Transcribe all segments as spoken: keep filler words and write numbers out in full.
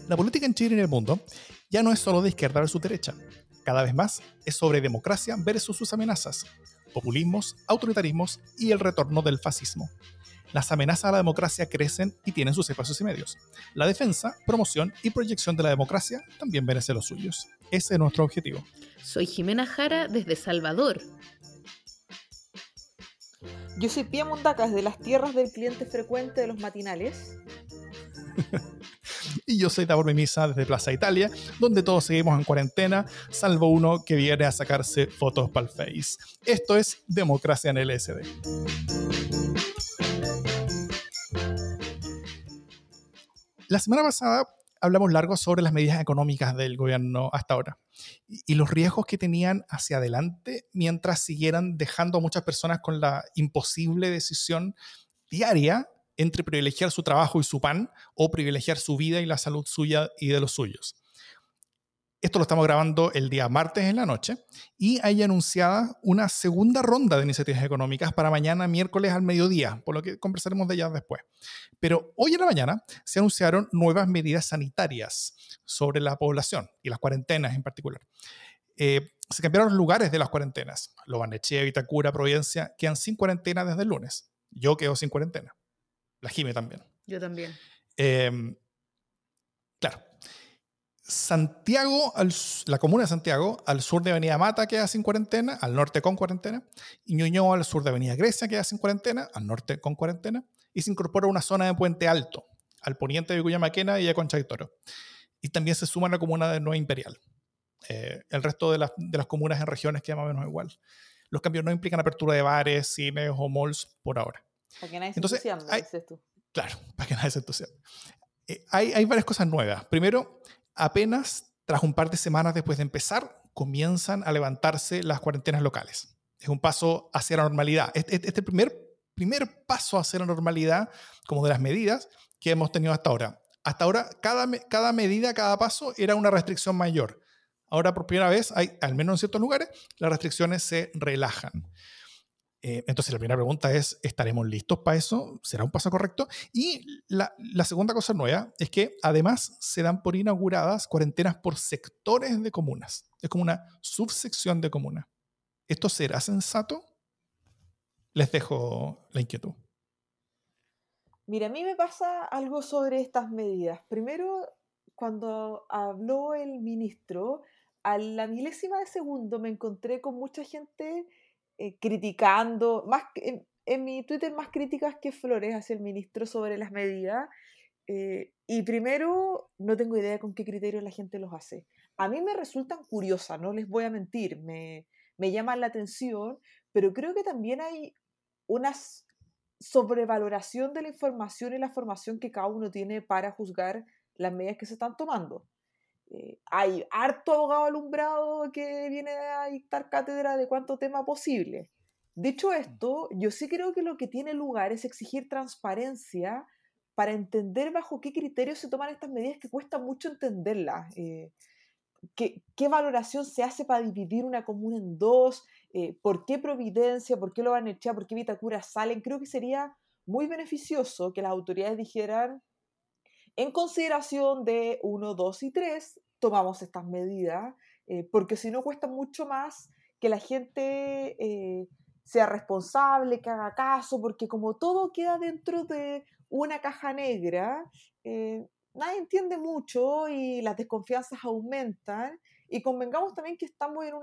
La política en Chile y en el mundo ya no es solo de izquierda versus derecha. Cada vez más es sobre democracia versus sus amenazas, populismos, autoritarismos y el retorno del fascismo. Las amenazas a la democracia crecen y tienen sus espacios y medios. La defensa, promoción y proyección de la democracia también merece los suyos. Ese es nuestro objetivo. Soy Jimena Jara desde Salvador. Yo soy Pía Mondacas de las tierras del cliente frecuente de los matinales. Y yo soy Davor Mimisa desde Plaza Italia, donde todos seguimos en cuarentena, salvo uno que viene a sacarse fotos para el Face. Esto es Democracia en L S D. La semana pasada hablamos largo sobre las medidas económicas del gobierno hasta ahora y los riesgos que tenían hacia adelante mientras siguieran dejando a muchas personas con la imposible decisión diaria entre privilegiar su trabajo y su pan o privilegiar su vida y la salud suya y de los suyos. Esto lo estamos grabando el día martes en la noche y hay anunciada una segunda ronda de iniciativas económicas para mañana miércoles al mediodía, por lo que conversaremos de ellas después. Pero hoy en la mañana se anunciaron nuevas medidas sanitarias sobre la población y las cuarentenas en particular. Eh, se cambiaron los lugares de las cuarentenas. Lo Barnechea, Vitacura, Providencia quedan sin cuarentena desde el lunes. Yo quedo sin cuarentena. La Jime también. Yo también. Eh, claro. Santiago, al, la comuna de Santiago, al sur de Avenida Mata queda sin cuarentena, al norte con cuarentena. Y Ñuñoa, al sur de Avenida Grecia, queda sin cuarentena, al norte con cuarentena. Y se incorpora una zona de Puente Alto, al poniente de Cuyamaquena y a Concha y Toro. Y también se suma la comuna de Nueva Imperial. Eh, el resto de, la, de las comunas en regiones queda más o menos igual. Los cambios no implican apertura de bares, cines o malls por ahora. Para que nadie se Entonces, entusiasme, hay, dices tú. Claro, para que nadie se entusiasme. Eh, hay, hay varias cosas nuevas. Primero, apenas tras un par de semanas después de empezar, comienzan a levantarse las cuarentenas locales. Es un paso hacia la normalidad. Este es el primer, primer paso hacia la normalidad, como de las medidas que hemos tenido hasta ahora. Hasta ahora, cada, cada medida, cada paso era una restricción mayor. Ahora, por primera vez, hay, al menos en ciertos lugares, las restricciones se relajan. Eh, entonces, la primera pregunta es, ¿estaremos listos para eso? ¿Será un paso correcto? Y la, la segunda cosa nueva es que además se dan por inauguradas cuarentenas por sectores de comunas. Es como una subsección de comunas. ¿Esto será sensato? Les dejo la inquietud. Mira, a mí me pasa algo sobre estas medidas. Primero, cuando habló el ministro, a la milésima de segundo me encontré con mucha gente eh, criticando, más en, en mi Twitter más críticas que flores hacia el ministro sobre las medidas. Eh, y primero, no tengo idea con qué criterios la gente los hace. A mí me resultan curiosas, no les voy a mentir, me, me llaman la atención, pero creo que también hay unas sobrevaloración de la información y la formación que cada uno tiene para juzgar las medidas que se están tomando. Eh, hay harto abogado alumbrado que viene a dictar cátedra de cuánto tema posible. Dicho esto, yo sí creo que lo que tiene lugar es exigir transparencia para entender bajo qué criterios se toman estas medidas que cuesta mucho entenderlas. Eh, ¿Qué, ¿Qué valoración se hace para dividir una comuna en dos? Eh, ¿Por qué Providencia? ¿Por qué lo van a echar? ¿Por qué Vitacura salen? Creo que sería muy beneficioso que las autoridades dijeran, en consideración de uno, dos y tres, tomamos estas medidas, eh, porque si no cuesta mucho más que la gente eh, sea responsable, que haga caso, porque como todo queda dentro de una caja negra, eh, nadie entiende mucho y las desconfianzas aumentan. Y convengamos también que estamos en un,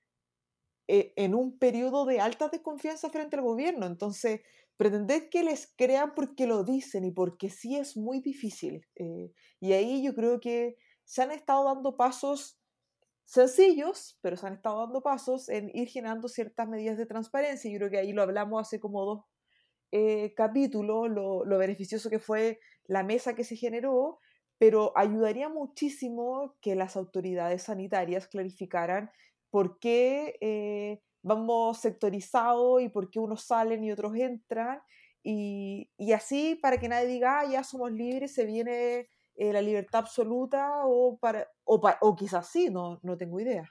eh, en un periodo de alta desconfianza frente al gobierno. Entonces, pretender que les crean porque lo dicen y porque sí es muy difícil. Eh, y ahí yo creo que se han estado dando pasos sencillos, pero se han estado dando pasos en ir generando ciertas medidas de transparencia. Yo creo que ahí lo hablamos hace como dos eh, capítulos, lo, lo beneficioso que fue la mesa que se generó, pero ayudaría muchísimo que las autoridades sanitarias clarificaran por qué eh, vamos sectorizados y por qué unos salen y otros entran, y, y así para que nadie diga, ah, ya somos libres, se viene eh, la libertad absoluta, o, para, o, pa, o quizás sí, no, no tengo idea.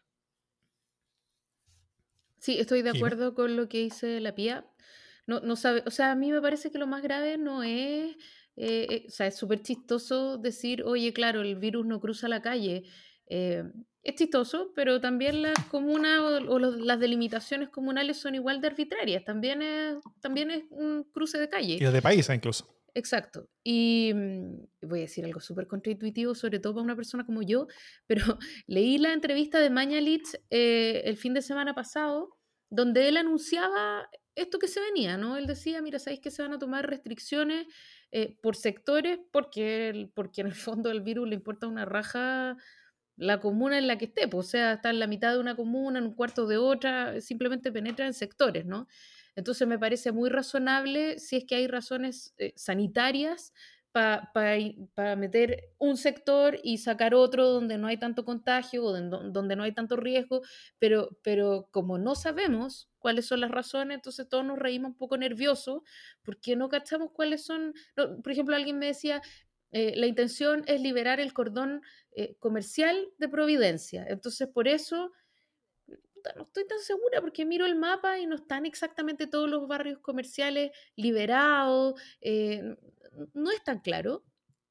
Sí, estoy de Jime. acuerdo con lo que dice la Pía. No, no sabe, o sea, a mí me parece que lo más grave no es Eh, eh, o sea, es súper chistoso decir, oye, claro, el virus no cruza la calle. Eh, es chistoso, pero también las comunas o, o los- las delimitaciones comunales son igual de arbitrarias. También es, también es un cruce de Y calle. desde países incluso. Exacto. Y mm, voy a decir algo súper contraintuitivo, sobre todo para una persona como yo, pero leí la entrevista de Mañalich eh, el fin de semana pasado, donde él anunciaba esto que se venía, ¿no? Él decía, mira, ¿sabéis que se van a tomar restricciones eh, por sectores? Porque, el- porque en el fondo el virus le importa una raja la comuna en la que esté, pues, o sea, está en la mitad de una comuna, en un cuarto de otra, simplemente penetra en sectores, ¿no? Entonces me parece muy razonable si es que hay razones eh, sanitarias para pa, pa meter un sector y sacar otro donde no hay tanto contagio o donde, donde no hay tanto riesgo, pero, pero como no sabemos cuáles son las razones, entonces todos nos reímos un poco nerviosos porque no cachamos cuáles son, no, por ejemplo, alguien me decía, eh, la intención es liberar el cordón eh, comercial de Providencia. Entonces, por eso puta, no estoy tan segura porque miro el mapa y no están exactamente todos los barrios comerciales liberados, eh, no es tan claro.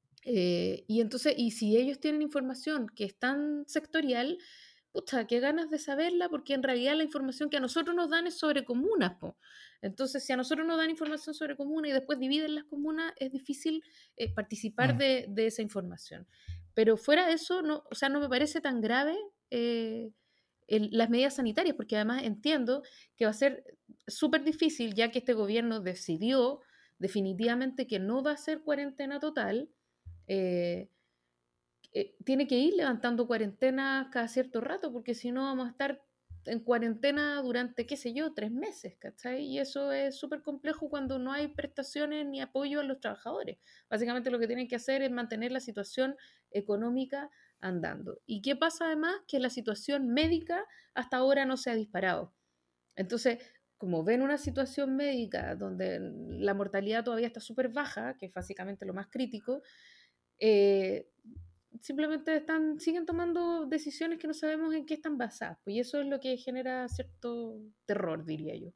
Eh, y entonces, y si ellos tienen información que es tan sectorial, pucha, qué ganas de saberla, porque en realidad la información que a nosotros nos dan es sobre comunas, po. Entonces, si a nosotros nos dan información sobre comunas y después dividen las comunas, es difícil eh, participar Mm. de, de esa información. Pero fuera de eso, no, o sea, no me parece tan grave eh, el- las medidas sanitarias, porque además entiendo que va a ser súper difícil, ya que este gobierno decidió definitivamente que no va a ser cuarentena total, eh, eh, tiene que ir levantando cuarentenas cada cierto rato, porque si no vamos a estar en cuarentena durante, qué sé yo, tres meses, ¿cachai? Y eso es súper complejo cuando no hay prestaciones ni apoyo a los trabajadores. Básicamente lo que tienen que hacer es mantener la situación económica andando. ¿Y qué pasa además? Que la situación médica hasta ahora no se ha disparado. Entonces, como ven una situación médica donde la mortalidad todavía está súper baja, que es básicamente lo más crítico, eh, simplemente están, siguen tomando decisiones que no sabemos en qué están basadas, pues, y eso es lo que genera cierto terror, diría yo.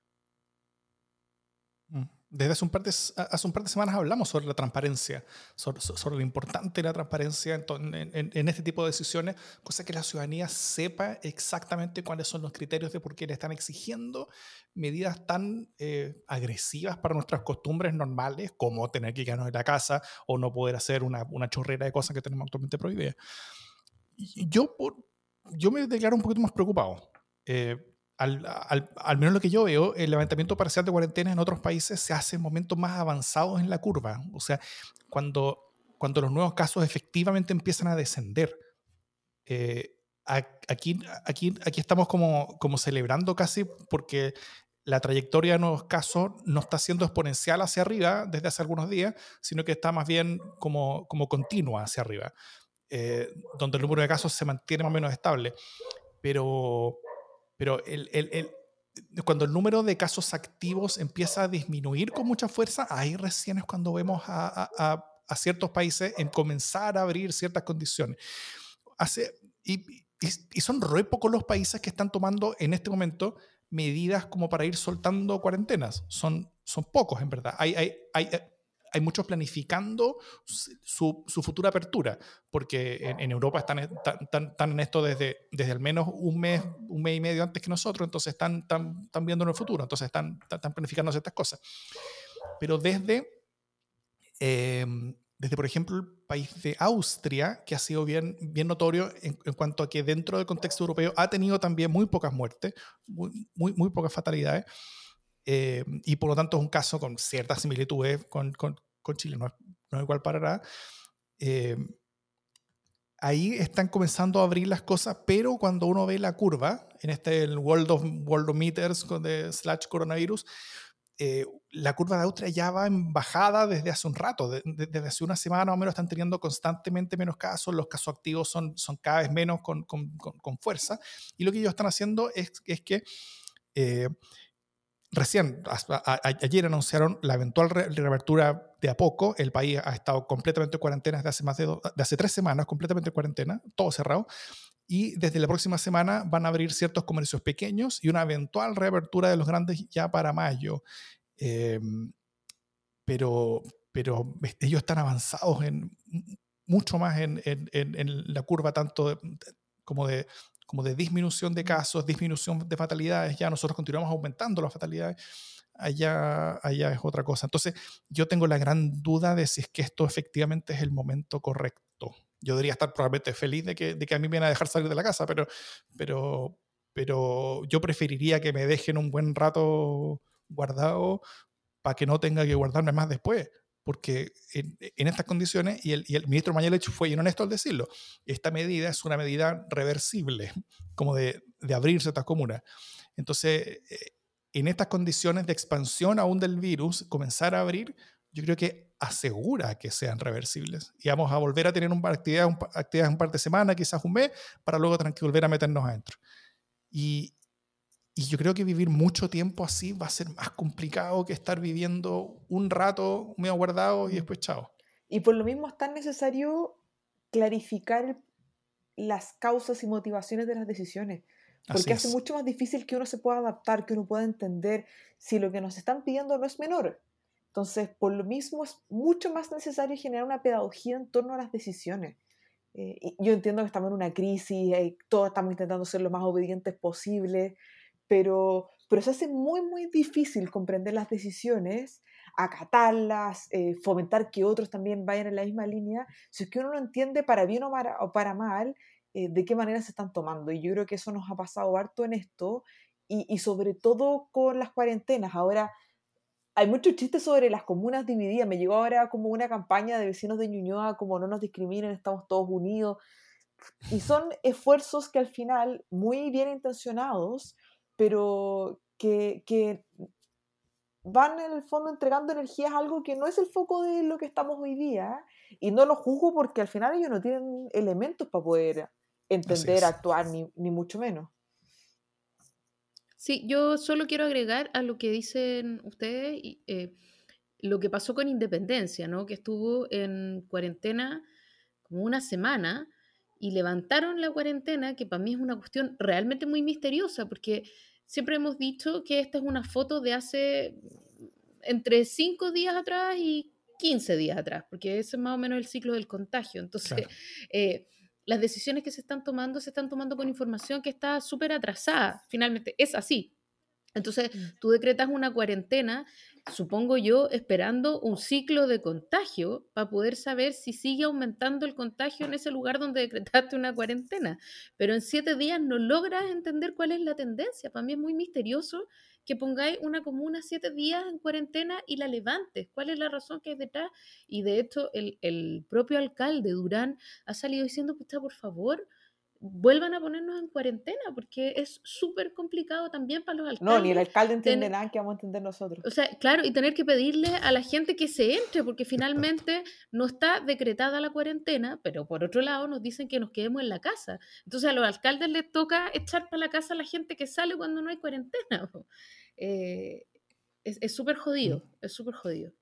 Mm. Desde hace un, par de, hace un par de semanas hablamos sobre la transparencia, sobre, sobre lo importante de la transparencia en, en, en, este tipo de decisiones, cosa que la ciudadanía sepa exactamente cuáles son los criterios de por qué le están exigiendo medidas tan eh, agresivas para nuestras costumbres normales, como tener que quedarnos en la casa o no poder hacer una, una chorrera de cosas que tenemos actualmente prohibidas. Y yo, por, yo me declaro un poquito más preocupado. Eh, al, al, al menos lo que yo veo, el levantamiento parcial de cuarentenas en otros países se hace en momentos más avanzados en la curva. O sea, cuando, cuando los nuevos casos efectivamente empiezan a descender. Eh, aquí, aquí, aquí estamos como, como celebrando casi porque la trayectoria de nuevos casos no está siendo exponencial hacia arriba desde hace algunos días, sino que está más bien como, como continua hacia arriba. Eh, donde el número de casos se mantiene más o menos estable. Pero, pero el, el, el, cuando el número de casos activos empieza a disminuir con mucha fuerza, ahí recién es cuando vemos a, a, a ciertos países en comenzar a abrir ciertas condiciones. Hace, y, y, y son re pocos los países que están tomando en este momento medidas como para ir soltando cuarentenas. Son, son pocos, en verdad. Hay, hay, hay, hay muchos planificando su, su futura apertura, porque en, en Europa están, están, están en esto desde, desde al menos un mes, un mes y medio antes que nosotros, entonces están, están, están viendo en el futuro, entonces están, están planificando ciertas cosas. Pero desde, eh, desde, por ejemplo, el país de Austria, que ha sido bien, bien notorio en, en cuanto a que dentro del contexto europeo ha tenido también muy pocas muertes, muy, muy, muy pocas fatalidades, eh, y por lo tanto es un caso con ciertas similitudes con, con, con Chile, no es, no es igual para nada. Eh, ahí están comenzando a abrir las cosas, pero cuando uno ve la curva, en este el World of, World of Meters con de slash coronavirus, eh, la curva de Austria ya va en bajada desde hace un rato, de, de, desde hace una semana más o menos están teniendo constantemente menos casos, los casos activos son, son cada vez menos con, con, con, con fuerza, y lo que ellos están haciendo es, es que eh, recién, a, a, ayer anunciaron la eventual re reapertura de a poco. El país ha estado completamente en cuarentena desde hace más de, do, de hace tres semanas, completamente en cuarentena, todo cerrado. Y desde la próxima semana van a abrir ciertos comercios pequeños y una eventual reapertura de los grandes ya para mayo. Eh, pero, pero ellos están avanzados en mucho más en, en, en, en la curva tanto de, como, de, como de disminución de casos, disminución de fatalidades. Ya nosotros continuamos aumentando las fatalidades. Allá, allá es otra cosa. Entonces, yo tengo la gran duda de si es que esto efectivamente es el momento correcto. Yo debería estar probablemente feliz de que, de que a mí me van a dejar salir de la casa, pero, pero, pero yo preferiría que me dejen un buen rato guardado para que no tenga que guardarme más después. Porque en, en estas condiciones, y el, y el ministro Mañalich fue bien honesto al decirlo, esta medida es una medida reversible, como de, de abrir ciertas comunas. Entonces, eh, en estas condiciones de expansión aún del virus, comenzar a abrir, yo creo que asegura que sean reversibles. Y vamos a volver a tener un par, actividades, un, actividades un par de semanas, quizás un mes, para luego tranqui, volver a meternos adentro. Y, y yo creo que vivir mucho tiempo así va a ser más complicado que estar viviendo un rato medio guardado y después chao. Y por lo mismo es tan necesario clarificar las causas y motivaciones de las decisiones. Porque hace mucho más difícil que uno se pueda adaptar, que uno pueda entender si lo que nos están pidiendo no es menor. Entonces, por lo mismo es mucho más necesario generar una pedagogía en torno a las decisiones. Eh, y yo entiendo que estamos en una crisis, eh, todos estamos intentando ser lo más obedientes posible, pero, pero se hace muy, muy difícil comprender las decisiones, acatarlas, eh, fomentar que otros también vayan en la misma línea, si es que uno no entiende para bien o para, o para mal eh, de qué manera se están tomando. Y yo creo que eso nos ha pasado harto en esto, y, y sobre todo con las cuarentenas. Ahora, hay muchos chistes sobre las comunas divididas. Me llegó ahora como una campaña de vecinos de Ñuñoa, como no nos discriminen, estamos todos unidos. Y son esfuerzos que al final, muy bien intencionados, pero que, que van en el fondo entregando energías a algo que no es el foco de lo que estamos hoy día. Y no lo juzgo porque al final ellos no tienen elementos para poder entender, actuar, ni, ni mucho menos. Sí, yo solo quiero agregar a lo que dicen ustedes eh, lo que pasó con Independencia, ¿no? Que estuvo en cuarentena como una semana y levantaron la cuarentena, que para mí es una cuestión realmente muy misteriosa, porque siempre hemos dicho que esta es una foto de hace entre cinco días atrás y quince días atrás, porque ese es más o menos el ciclo del contagio. Entonces, claro. eh, las decisiones que se están tomando se están tomando con información que está súper atrasada. Finalmente, es así. Entonces, tú decretas una cuarentena, supongo yo, esperando un ciclo de contagio para poder saber si sigue aumentando el contagio en ese lugar donde decretaste una cuarentena. Pero en siete días no logras entender cuál es la tendencia. Para mí es muy misterioso que pongáis una comuna siete días en cuarentena y la levantes. ¿Cuál es la razón que hay detrás? Y de hecho, el, el propio alcalde Durán ha salido diciendo, puta, por favor, vuelvan a ponernos en cuarentena, porque es súper complicado también para los alcaldes. No, ni el alcalde entiende ten... nada que vamos a entender nosotros. O sea, claro, y tener que pedirle a la gente que se entre, porque finalmente no está decretada la cuarentena, pero por otro lado nos dicen que nos quedemos en la casa. Entonces a los alcaldes les toca echar para la casa a la gente que sale cuando no hay cuarentena. Eh, es súper jodido, mm. es súper jodido.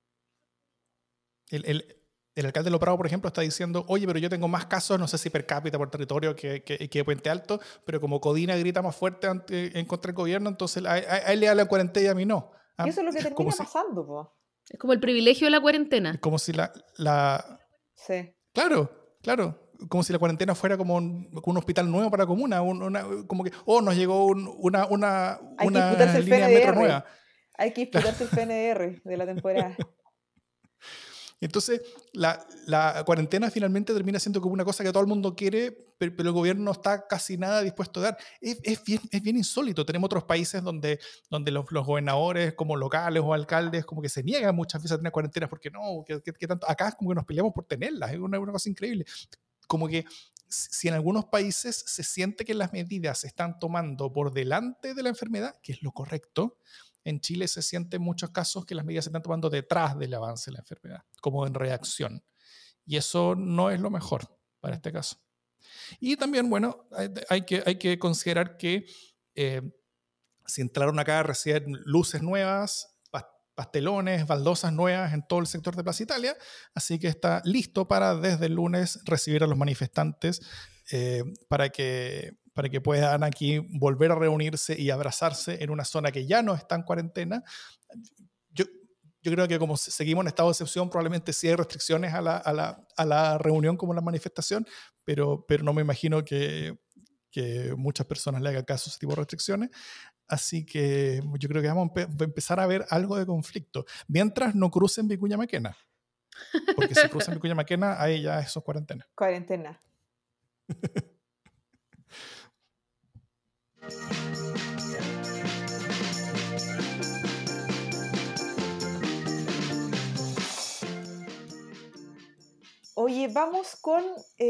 El... el... El alcalde de Lo Prado, por ejemplo, está diciendo, oye, pero yo tengo más casos, no sé si per cápita, por territorio, que, que, que Puente Alto, pero como Codina grita más fuerte ante, en contra del gobierno, entonces a, a, a él le da la cuarentena y a mí no. ¿Ah? Y eso es lo que termina como pasando, si, po. Es como el privilegio de la cuarentena. Es como si la... la... Sí. Claro, claro. Como si la cuarentena fuera como un, un hospital nuevo para la comuna. Un, una, como que, oh, nos llegó un, una, una, Hay una que disputarse línea el de metro nueva. Hay que disputarse el F N D R de la temporada. Entonces, la, la cuarentena finalmente termina siendo como una cosa que todo el mundo quiere, pero, pero el gobierno no está casi nada dispuesto a dar. Es, es, bien, es bien insólito. Tenemos otros países donde, donde los, los gobernadores, como locales o alcaldes, como que se niegan muchas veces a tener cuarentenas porque no, que, que, que tanto. Acá es como que nos peleamos por tenerlas. Es una, una cosa increíble. Como que si en algunos países se siente que las medidas se están tomando por delante de la enfermedad, que es lo correcto, en Chile se siente en muchos casos que las medidas se están tomando detrás del avance de la enfermedad, como en reacción. Y eso no es lo mejor para este caso. Y también, bueno, hay, hay, que, hay que considerar que eh, se entraron acá recién luces nuevas, pastelones, baldosas nuevas en todo el sector de Plaza Italia, así que está listo para desde el lunes recibir a los manifestantes eh, para que... para que puedan aquí volver a reunirse y abrazarse en una zona que ya no está en cuarentena. Yo, yo creo que como seguimos en estado de excepción, probablemente sí hay restricciones a la, a la, a la reunión como la manifestación, pero, pero no me imagino que, que muchas personas le hagan caso a ese tipo de restricciones. Así que yo creo que vamos a empe- empezar a ver algo de conflicto. Mientras no crucen Vicuña Maquena. Porque si cruzan Vicuña Maquena, ahí ya eso es cuarentena. Cuarentena. Oye, vamos con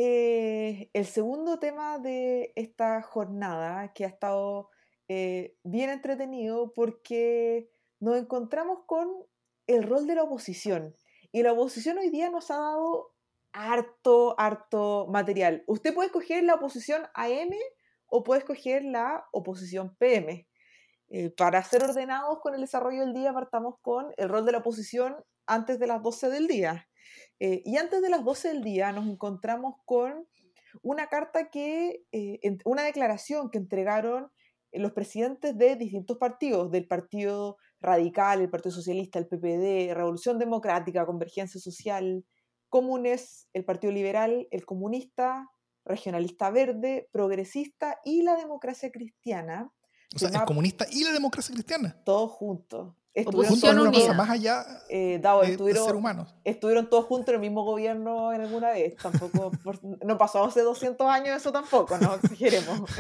eh, el segundo tema de esta jornada, que ha estado eh, bien entretenido porque nos encontramos con el rol de la oposición. Y la oposición hoy día nos ha dado harto, harto material. Usted puede escoger la oposición A M o puede escoger la oposición P M. Eh, para ser ordenados con el desarrollo del día, partamos con el rol de la oposición antes de las doce del día. Eh, y antes de las doce del día nos encontramos con una carta que, eh, en, una declaración que entregaron los presidentes de distintos partidos, del Partido Radical, el Partido Socialista, el P P D, Revolución Democrática, Convergencia Social, Comunes, el Partido Liberal, el Comunista, Regionalista Verde, Progresista y la Democracia Cristiana. O sea, el comunista y la democracia cristiana. Todos juntos. Estuvieron juntos en una cosa más allá eh, dado, de, de ser humanos. Estuvieron todos juntos en el mismo gobierno en alguna vez. Tampoco, por, no pasó hace doscientos años eso tampoco, no exageremos.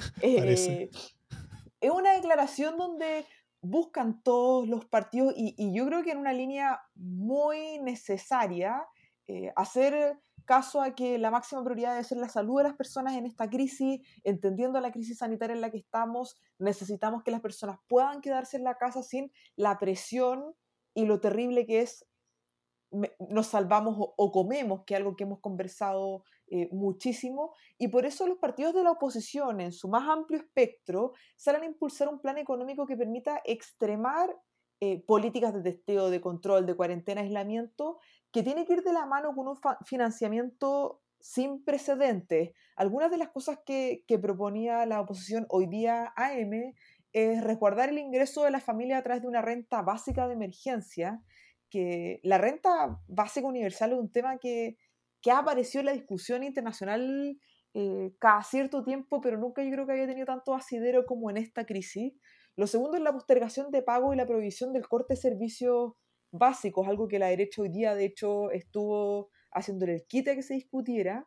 Eh, es una declaración donde buscan todos los partidos y, y yo creo que en una línea muy necesaria eh, hacer caso a que la máxima prioridad debe ser la salud de las personas en esta crisis, entendiendo la crisis sanitaria en la que estamos, necesitamos que las personas puedan quedarse en la casa sin la presión y lo terrible que es nos salvamos o, o comemos, que es algo que hemos conversado eh, muchísimo, y por eso los partidos de la oposición, en su más amplio espectro, salen a impulsar un plan económico que permita extremar eh, políticas de testeo, de control, de cuarentena, aislamiento, que tiene que ir de la mano con un financiamiento sin precedentes. Algunas de las cosas que, que proponía la oposición hoy día A M es resguardar el ingreso de la familia a través de una renta básica de emergencia, que la renta básica universal es un tema que, que ha aparecido en la discusión internacional eh, cada cierto tiempo, pero nunca yo creo que había tenido tanto asidero como en esta crisis. Lo segundo es la postergación de pago y la prohibición del corte de servicios básicos, algo que la derecha hoy día de hecho estuvo haciéndole el quite a que se discutiera.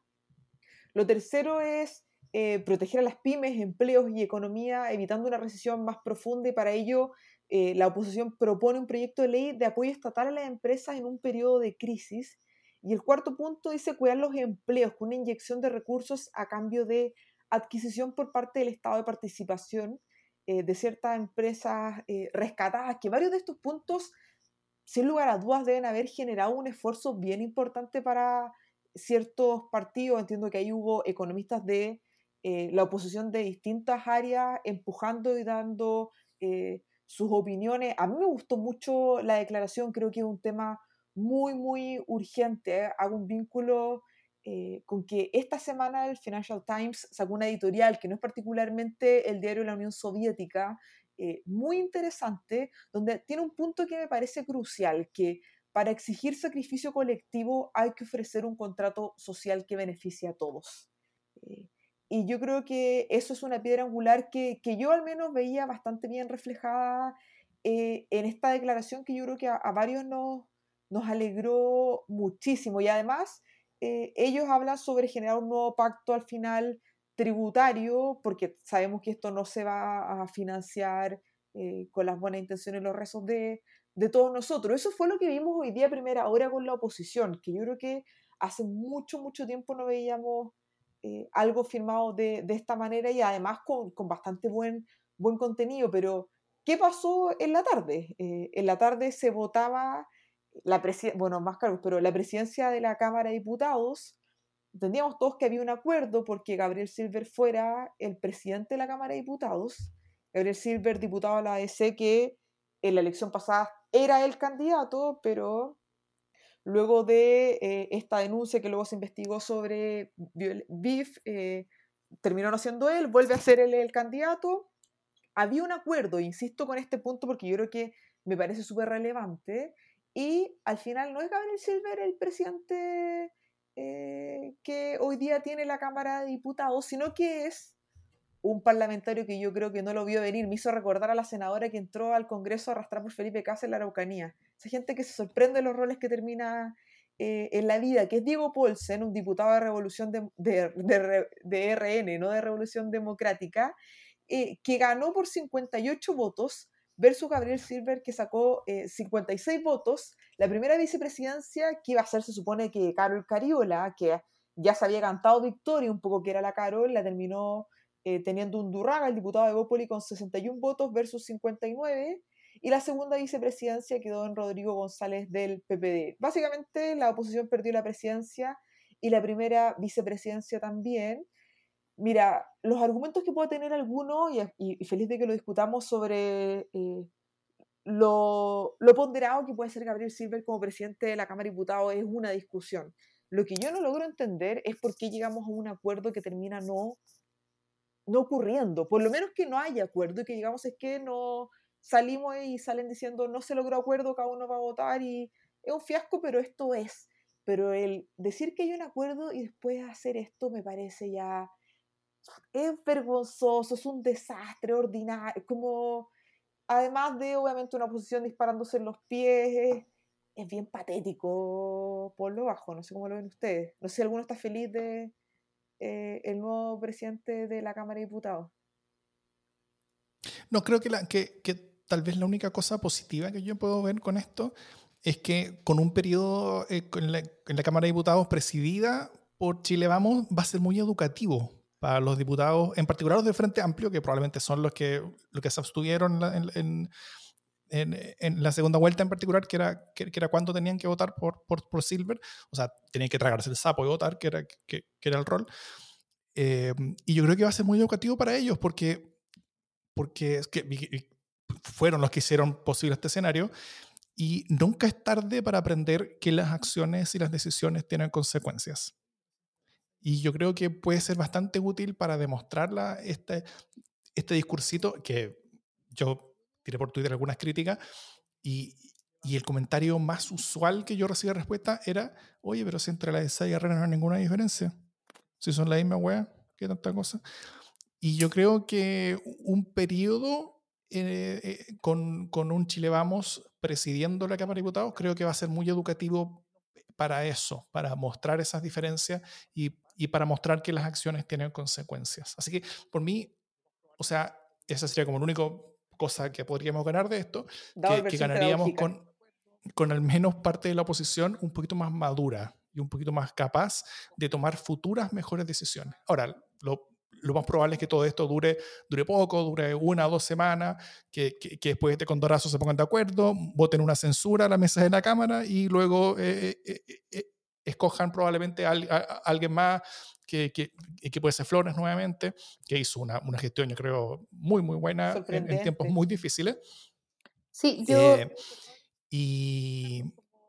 Lo tercero es eh, proteger a las pymes, empleos y economía, evitando una recesión más profunda, y para ello eh, la oposición propone un proyecto de ley de apoyo estatal a las empresas en un periodo de crisis. Y el cuarto punto dice cuidar los empleos con una inyección de recursos a cambio de adquisición por parte del Estado de participación eh, de ciertas empresas eh, rescatadas, que varios de estos puntos, sin lugar a dudas, deben haber generado un esfuerzo bien importante para ciertos partidos. Entiendo que ahí hubo economistas de eh, la oposición de distintas áreas empujando y dando eh, sus opiniones. A mí me gustó mucho la declaración, creo que es un tema muy, muy urgente. ¿eh? Hago un vínculo eh, con que esta semana el Financial Times sacó una editorial que no es particularmente el diario de la Unión Soviética, eh, muy interesante, donde tiene un punto que me parece crucial, que para exigir sacrificio colectivo hay que ofrecer un contrato social que beneficie a todos. Eh, y yo creo que eso es una piedra angular que, que yo al menos veía bastante bien reflejada eh, en esta declaración, que yo creo que a, a varios nos, nos alegró muchísimo. Y además eh, ellos hablan sobre generar un nuevo pacto al final tributario, porque sabemos que esto no se va a financiar eh, con las buenas intenciones y los rezos de, de todos nosotros. Eso fue lo que vimos hoy día a primera hora con la oposición, que yo creo que hace mucho, mucho tiempo no veíamos eh, algo firmado de, de esta manera, y además con, con bastante buen, buen contenido. Pero, ¿qué pasó en la tarde? Eh, en la tarde se votaba la presidencia, bueno, más cargos, pero la presidencia de la Cámara de Diputados. Entendíamos todos que había un acuerdo porque Gabriel Silver fuera el presidente de la Cámara de Diputados. Gabriel Silver, diputado de la A D C, que en la elección pasada era el candidato, pero luego de eh, esta denuncia que luego se investigó sobre B I F, eh, terminó no siendo él, vuelve a ser él el candidato. Había un acuerdo, insisto con este punto porque yo creo que me parece súper relevante, y al final no es Gabriel Silver el presidente eh, que hoy día tiene la Cámara de Diputados, sino que es un parlamentario que yo creo que no lo vio venir. Me hizo recordar a la senadora que entró al Congreso arrastrada por Felipe Casa en la Araucanía. Esa gente que se sorprende de los roles que termina eh, en la vida, que es Diego Paulsen, un diputado de Revolución de, de, de, de R N, no de Revolución Democrática, eh, que ganó por cincuenta y ocho votos, versus Gabriel Silver, que sacó eh, cincuenta y seis votos. La primera vicepresidencia que iba a ser, se supone que Carol Cariola, que ya se había cantado victoria un poco que era la Carol, la terminó eh, teniendo Undurraga, el diputado de Evópoli, con sesenta y un votos versus cincuenta y nueve, y la segunda vicepresidencia quedó en Rodrigo González del P P D. Básicamente la oposición perdió la presidencia y la primera vicepresidencia también. Mira, los argumentos que pueda tener alguno, y, y feliz de que lo discutamos sobre eh, lo, lo ponderado que puede ser Gabriel Silver como presidente de la Cámara de Diputados, es una discusión. Lo que yo no logro entender es por qué llegamos a un acuerdo que termina no, no ocurriendo. Por lo menos que no haya acuerdo y que digamos es que no salimos y salen diciendo no se logró acuerdo, cada uno va a votar y es un fiasco, pero esto es. Pero el decir que hay un acuerdo y después hacer esto me parece ya es vergonzoso, es un desastre ordinario, como además de obviamente una oposición disparándose en los pies, es, es bien patético por lo bajo, no sé cómo lo ven ustedes. No sé si alguno está feliz de eh, el nuevo presidente de la Cámara de Diputados. No, creo que, la, que, que tal vez la única cosa positiva que yo puedo ver con esto es que con un periodo eh, en, la, en la Cámara de Diputados presidida por Chile Vamos va a ser muy educativo para los diputados, en particular los del Frente Amplio, que probablemente son los que, los que se abstuvieron en, en, en, en la segunda vuelta en particular, que era, que, que era cuando tenían que votar por, por, por Silver, o sea, tenían que tragarse el sapo y votar, que era, que, que era el rol. Eh, y yo creo que va a ser muy educativo para ellos, porque porque es que fueron los que hicieron posible este escenario, y nunca es tarde para aprender que las acciones y las decisiones tienen consecuencias. Y yo creo que puede ser bastante útil para demostrarla este, este discursito que yo tiré por Twitter algunas críticas, y, y el comentario más usual que yo recibí de respuesta era: oye, pero si entre la ESA y Herrera no hay ninguna diferencia, si son la misma wea, qué tanta cosa. Y yo creo que un periodo eh, eh, con, con un Chile Vamos presidiendo la Cámara de Diputados creo que va a ser muy educativo para eso, para mostrar esas diferencias y, y para mostrar que las acciones tienen consecuencias. Así que por mí, o sea, esa sería como la única cosa que podríamos ganar de esto, Dado que, que versión ganaríamos pedagógica. con, con al menos parte de la oposición un poquito más madura y un poquito más capaz de tomar futuras mejores decisiones. Ahora, lo, lo más probable es que todo esto dure, dure poco, dure una o dos semanas, que, que, que después de condorazos se pongan de acuerdo, voten una censura a la mesa de la Cámara y luego eh, eh, eh, eh, escojan probablemente a, a, a alguien más que, que, que puede ser Flores nuevamente, que hizo una, una gestión, yo creo, muy, muy buena en, en tiempos muy difíciles. Sí, yo... Eh, y,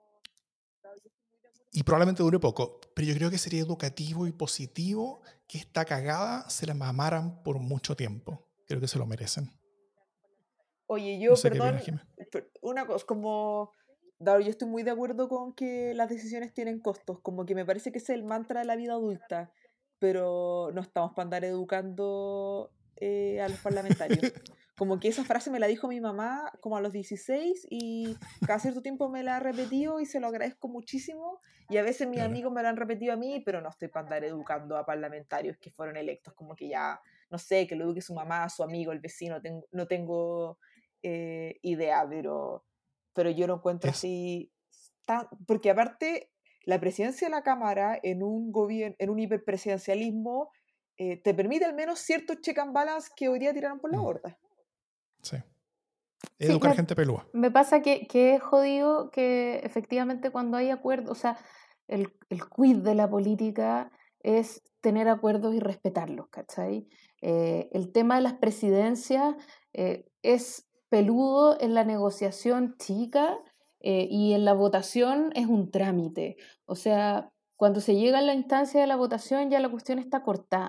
y probablemente dure poco, pero yo creo que sería educativo y positivo que esta cagada se la mamaran por mucho tiempo. Creo que se lo merecen. Oye, No yo, sé qué perdón, viene, Jimé. una cosa, como, Dado, yo estoy muy de acuerdo con que las decisiones tienen costos, como que me parece que es el mantra de la vida adulta, pero no estamos para andar educando eh, a los parlamentarios. Como que esa frase me la dijo mi mamá como a los dieciséis y cada cierto tiempo me la ha repetido y se lo agradezco muchísimo, y a veces mis Claro. amigos me lo han repetido a mí, pero no estoy para andar educando a parlamentarios que fueron electos, como que ya, no sé, que lo eduque su mamá, su amigo, el vecino, tengo, no tengo eh, idea, pero, pero yo lo encuentro Es, así, tan, porque aparte la presidencia de la Cámara en un gobierno, en un hiperpresidencialismo, eh, te permite al menos ciertos check and balance que hoy día tiraron por la borda. Sí. Sí, Educar me, gente pelúa. me pasa que, que es jodido que efectivamente cuando hay acuerdos, o sea, el, el quid de la política es tener acuerdos y respetarlos, ¿cachai? Eh, el tema de las presidencias eh, es peludo en la negociación chica eh, y en la votación es un trámite. O sea, cuando se llega a la instancia de la votación ya la cuestión está cortada.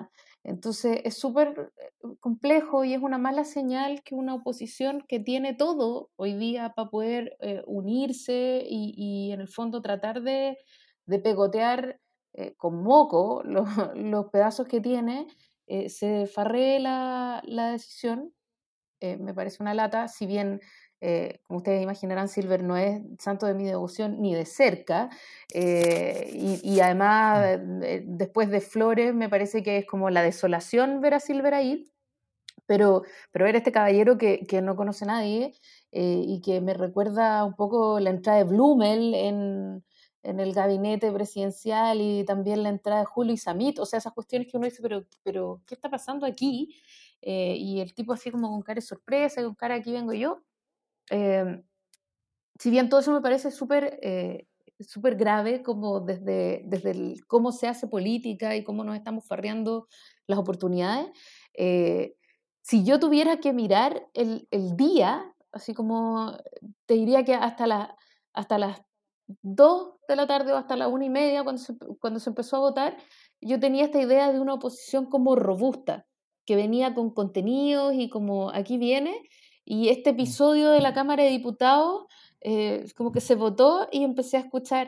Entonces es súper complejo y es una mala señal que una oposición que tiene todo hoy día para poder eh, unirse y, y en el fondo tratar de, de pegotear eh, con moco los, los pedazos que tiene, eh, se farree la, la decisión. Eh, me parece una lata, si bien, eh, como ustedes imaginarán, Silver no es santo de mi devoción ni de cerca, eh, y, y, además, eh, después de Flores, me parece que es como la desolación ver a Silver ahí, pero, pero ver a este caballero que, que no conoce a nadie, eh, y que me recuerda un poco la entrada de Blumel en, en el gabinete presidencial y también la entrada de Julio Isamit, o sea, esas cuestiones que uno dice, pero, pero ¿qué está pasando aquí? Eh, y el tipo así como con cara de sorpresa, con cara aquí vengo yo. Eh, si bien todo eso me parece súper eh, súper grave, como desde, desde el, cómo se hace política y cómo nos estamos farreando las oportunidades, eh, si yo tuviera que mirar el, el día, así como te diría que hasta, la, hasta las dos de la tarde o hasta las una y media, cuando se, cuando se empezó a votar, yo tenía esta idea de una oposición como robusta, que venía con contenidos y como aquí viene, y este episodio de la Cámara de Diputados eh, como que se votó y empecé a escuchar,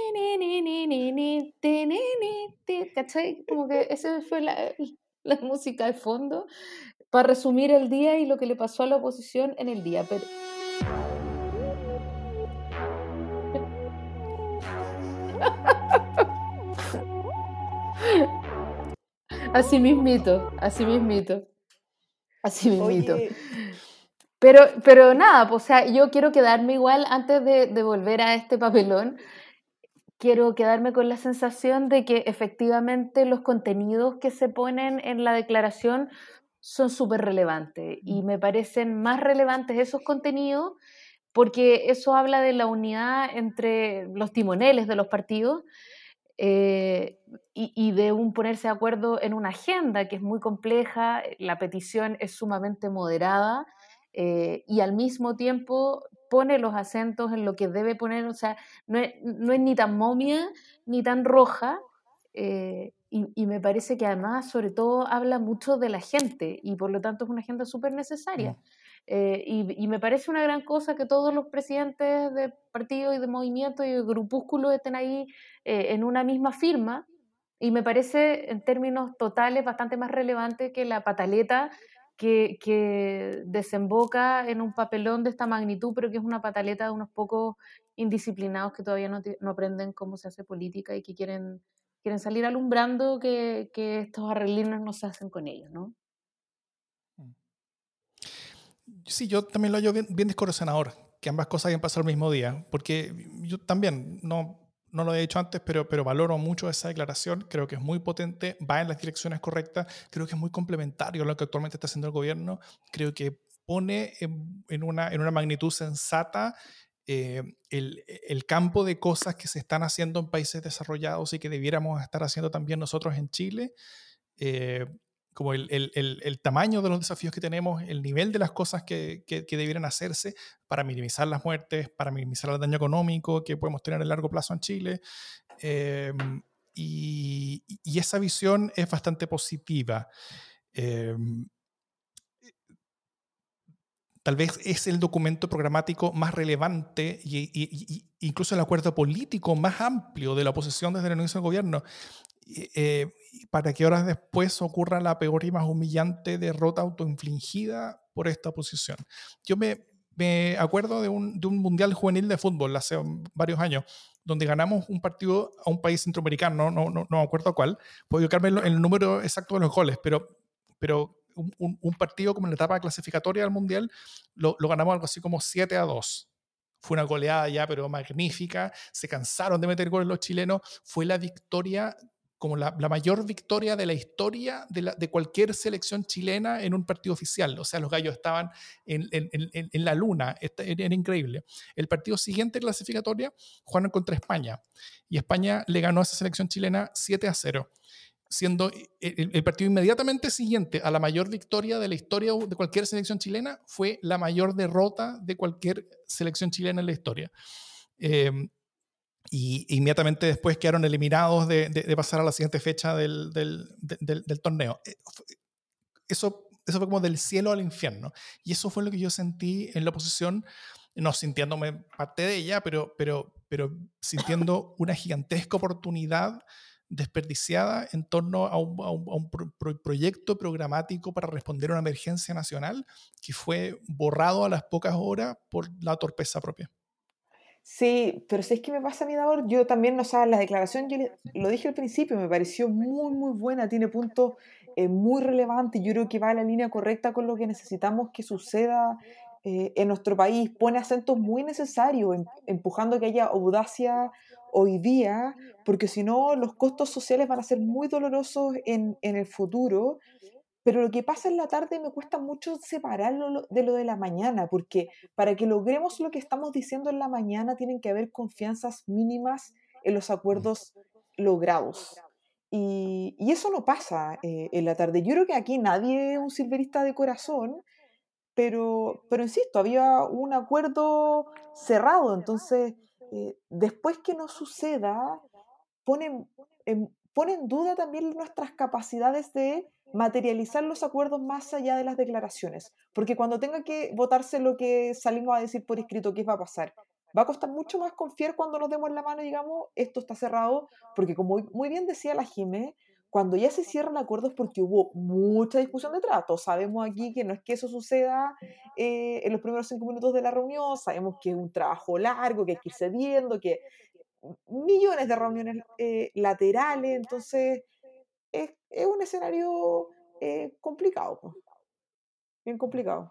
¿cachai? Como que esa fue la, la música de fondo para resumir el día y lo que le pasó a la oposición en el día. Pero así mismito, así mismito, así mismito. Oye, Pero, pero nada, pues, o sea, yo quiero quedarme igual antes de, de volver a este papelón. Quiero quedarme con la sensación de que efectivamente los contenidos que se ponen en la declaración son súper relevantes y me parecen más relevantes esos contenidos porque eso habla de la unidad entre los timoneles de los partidos, eh, y, y de un ponerse de acuerdo en una agenda que es muy compleja, la petición es sumamente moderada, eh, y al mismo tiempo pone los acentos en lo que debe poner, o sea, no es, no es ni tan momia ni tan roja, eh, y, y me parece que además sobre todo habla mucho de la gente y por lo tanto es una agenda súper necesaria. Eh, y, y me parece una gran cosa que todos los presidentes de partidos y de movimientos y de grupúsculos estén ahí eh, en una misma firma, y me parece en términos totales bastante más relevante que la pataleta que, que desemboca en un papelón de esta magnitud, pero que es una pataleta de unos pocos indisciplinados que todavía no, no aprenden cómo se hace política y que quieren, quieren salir alumbrando que, que estos arreglinos no se hacen con ellos, ¿no? Sí, yo también lo hallo bien, bien descorazonador, que ambas cosas hayan pasado el mismo día, porque yo también, no, no lo he dicho antes, pero, pero valoro mucho esa declaración, creo que es muy potente, va en las direcciones correctas, creo que es muy complementario a lo que actualmente está haciendo el gobierno, creo que pone en, en, una, en una magnitud sensata eh, el, el campo de cosas que se están haciendo en países desarrollados y que debiéramos estar haciendo también nosotros en Chile. Eh, como el, el, el, el tamaño de los desafíos que tenemos, el nivel de las cosas que, que, que debieran hacerse para minimizar las muertes, para minimizar el daño económico que podemos tener a largo plazo en Chile. Eh, y, y esa visión es bastante positiva. Eh, tal vez es el documento programático más relevante y, y, y incluso el acuerdo político más amplio de la oposición desde el inicio del gobierno. Eh, para que horas después ocurra la peor y más humillante derrota autoinfligida por esta oposición. Yo me, me acuerdo de un, de un mundial juvenil de fútbol hace varios años, donde ganamos un partido a un país centroamericano, no, no, no me acuerdo cuál, puedo equivocarme en el número exacto de los goles, pero, pero un, un, un partido como en la etapa clasificatoria del mundial lo, lo ganamos algo así como siete a dos. Fue una goleada ya, pero magnífica. Se cansaron de meter goles los chilenos. Fue la victoria, como la, la mayor victoria de la historia de, la, de cualquier selección chilena en un partido oficial. O sea, los gallos estaban en, en, en, en la luna. Era, era increíble. El partido siguiente clasificatoria jugaron contra España. Y España le ganó a esa selección chilena siete a cero. Siendo el, el partido inmediatamente siguiente a la mayor victoria de la historia de cualquier selección chilena, fue la mayor derrota de cualquier selección chilena en la historia. Eh, y inmediatamente después quedaron eliminados de, de, de pasar a la siguiente fecha del, del, del, del torneo. Eso, eso fue como del cielo al infierno. Y eso fue lo que yo sentí en la oposición, no sintiéndome parte de ella, pero, pero, pero sintiendo una gigantesca oportunidad desperdiciada en torno a un, a un, a un pro, pro, proyecto programático para responder a una emergencia nacional que fue borrado a las pocas horas por la torpeza propia. Sí, pero si es que me pasa a mí, Davor, yo también, o sea, la declaración, yo le- lo dije al principio, me pareció muy, muy buena, tiene puntos eh, muy relevantes, yo creo que va en la línea correcta con lo que necesitamos que suceda eh, en nuestro país, pone acentos muy necesarios, em- empujando que haya audacia hoy día, porque si no, los costos sociales van a ser muy dolorosos en, en el futuro. Pero lo que pasa en la tarde me cuesta mucho separarlo lo- de lo de la mañana, porque para que logremos lo que estamos diciendo en la mañana tienen que haber confianzas mínimas en los acuerdos logrados. Y, y eso no pasa eh, en la tarde. Yo creo que aquí nadie es un silverista de corazón, pero, pero insisto, había un acuerdo cerrado. Entonces, eh, después que no suceda, pone en, pone en duda también nuestras capacidades de materializar los acuerdos más allá de las declaraciones. Porque cuando tenga que votarse lo que salimos a decir por escrito, ¿qué va a pasar? Va a costar mucho más confiar cuando nos demos la mano y digamos, esto está cerrado, porque como muy bien decía la Jimé, cuando ya se cierran acuerdos es porque hubo mucha discusión detrás. Todos sabemos aquí que no es que eso suceda eh, en los primeros cinco minutos de la reunión, sabemos que es un trabajo largo, que hay que ir cediendo, que millones de reuniones eh, laterales, entonces es, es un escenario eh, complicado, pues, bien complicado.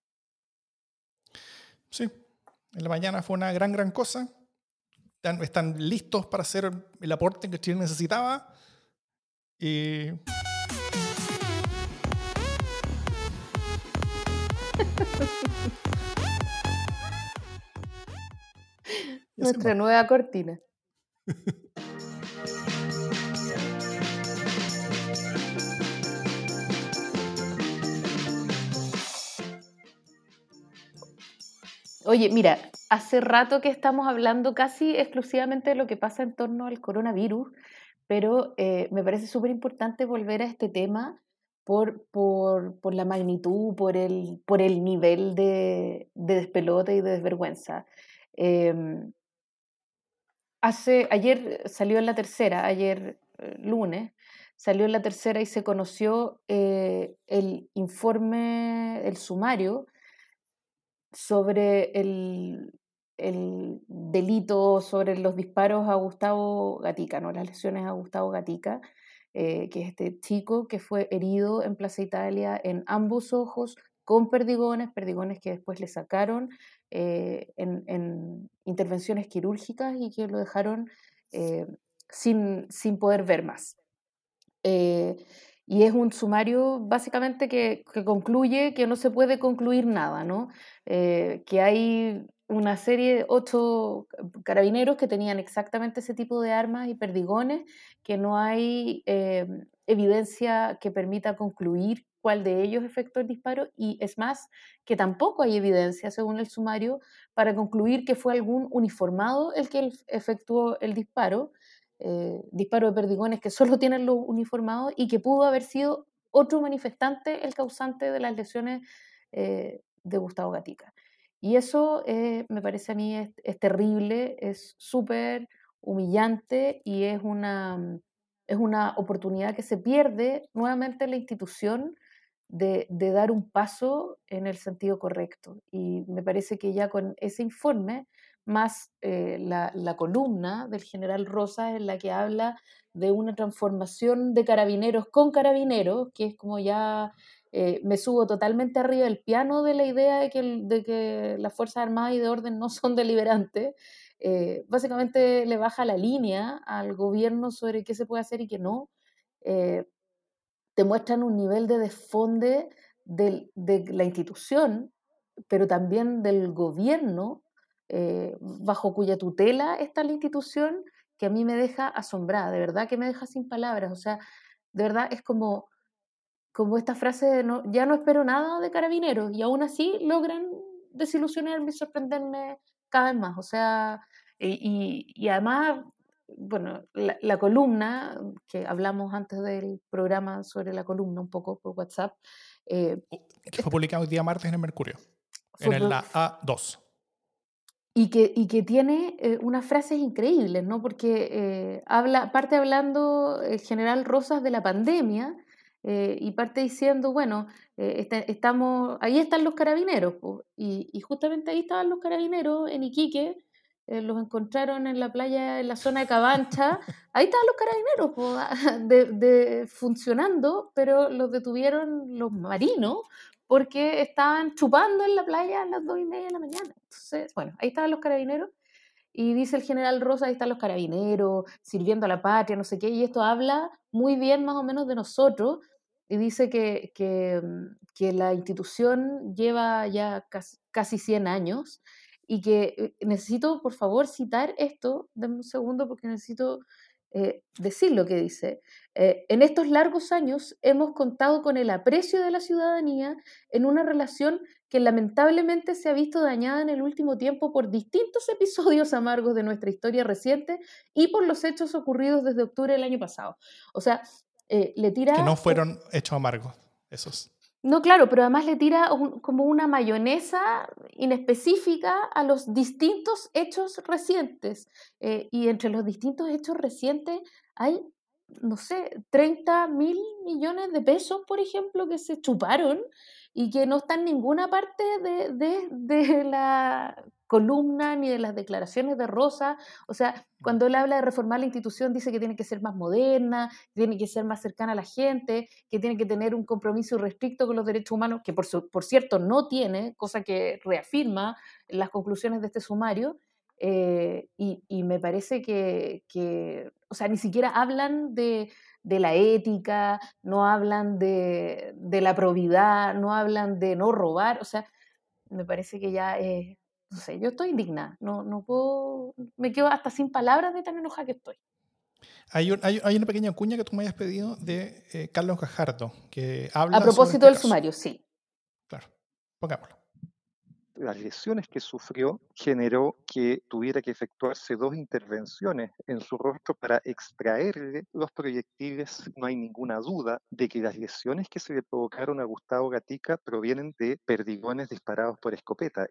Sí, en la mañana fue una gran, gran cosa. Están, están listos para hacer el aporte que Chile necesitaba. Y y así Nuestra nomás. nueva cortina. Oye, mira, hace rato que estamos hablando casi exclusivamente de lo que pasa en torno al coronavirus, pero eh, me parece súper importante volver a este tema por, por, por la magnitud, por el, por el nivel de, de despelote y de desvergüenza. Eh, hace, ayer salió en la tercera, ayer eh, lunes, salió en la tercera y se conoció eh, el informe, el sumario sobre el, el delito, sobre los disparos a Gustavo Gatica, ¿no? Las lesiones a Gustavo Gatica, eh, que es este chico que fue herido en Plaza Italia en ambos ojos con perdigones, perdigones que después le sacaron eh, en, en, intervenciones quirúrgicas y que lo dejaron eh, sin, sin poder ver más. Eh, y es un sumario básicamente que, que, concluye que no se puede concluir nada, ¿no? Eh, que hay una serie de ocho carabineros que tenían exactamente ese tipo de armas y perdigones, que no hay eh, evidencia que permita concluir cuál de ellos efectuó el disparo, y es más, que tampoco hay evidencia, según el sumario, para concluir que fue algún uniformado el que efectuó el disparo. Eh, disparos de perdigones que solo tienen los uniformados y que pudo haber sido otro manifestante el causante de las lesiones eh, de Gustavo Gatica. Y eso eh, me parece a mí es, es terrible, es súper humillante y es una, es una oportunidad que se pierde nuevamente en la institución de, de dar un paso en el sentido correcto. Y me parece que ya con ese informe más eh, la, la, columna del general Rosas en la que habla de una transformación de carabineros con carabineros, que es como ya eh, me subo totalmente arriba del piano de la idea de que, de que las Fuerzas Armadas y de Orden no son deliberantes. Eh, básicamente le baja la línea al gobierno sobre qué se puede hacer y qué no. Eh, te muestran un nivel de desfonde de, de la institución, pero también del gobierno, eh, bajo cuya tutela está la institución, que a mí me deja asombrada, de verdad que me deja sin palabras. O sea, de verdad es como, como esta frase de no, ya no espero nada de Carabineros, y aún así logran desilusionarme y sorprenderme cada vez más. O sea, Y, y, y además, bueno, la, la columna, que hablamos antes del programa sobre la columna un poco por WhatsApp, eh, Que fue publicado el día martes en el Mercurio, fue, en la A dos. Y que, y que tiene eh, unas frases increíbles, ¿no? Porque eh, habla, parte hablando el general Rosas de la pandemia eh, y parte diciendo, bueno, eh, este- estamos, ahí están los carabineros, po, y, y justamente ahí estaban los carabineros en Iquique, eh, los encontraron en la playa, en la zona de Cabancha, ahí estaban los carabineros po, de, de- funcionando, pero los detuvieron los marinos porque estaban chupando en la playa a las dos y media de la mañana. Entonces, bueno, ahí estaban los carabineros y dice el general Rosa, ahí están los carabineros, sirviendo a la patria, no sé qué, y esto habla muy bien más o menos de nosotros, y dice que, que, que la institución lleva ya casi, casi cien años, y que eh, necesito, por favor, citar esto, denme un segundo porque necesito eh, decir lo que dice. Eh, en estos largos años hemos contado con el aprecio de la ciudadanía en una relación que lamentablemente se ha visto dañada en el último tiempo por distintos episodios amargos de nuestra historia reciente y por los hechos ocurridos desde octubre del año pasado. O sea, eh, le Que no tira... fueron hechos amargos, esos. No, claro, pero además le tira un- como una mayonesa inespecífica a los distintos hechos recientes. Eh, y entre los distintos hechos recientes hay, no sé, treinta mil millones de pesos, por ejemplo, que se chuparon y que no están en ninguna parte de, de- de la columna ni de las declaraciones de Rosa. O sea, cuando él habla de reformar la institución, dice que tiene que ser más moderna, tiene que ser más cercana a la gente, que tiene que tener un compromiso irrestricto con los derechos humanos, que por, su, por cierto no tiene, cosa que reafirma las conclusiones de este sumario. Eh, y, y, me parece que, que, o sea, ni siquiera hablan de, de la ética, no hablan de, de, la probidad, no hablan de no robar, o sea, me parece que ya es, no sé, yo estoy indignada, no, no puedo, me quedo hasta sin palabras de tan enojada que estoy. Hay, un, hay, hay, una pequeña cuña que tú me hayas pedido de eh, Carlos Gajardo, que A habla sobre propósito este del caso. sumario, sí. Claro, pongámoslo. Las lesiones que sufrió generó que tuviera que efectuarse dos intervenciones en su rostro para extraerle los proyectiles. No hay ninguna duda de que las lesiones que se le provocaron a Gustavo Gatica provienen de perdigones disparados por escopeta.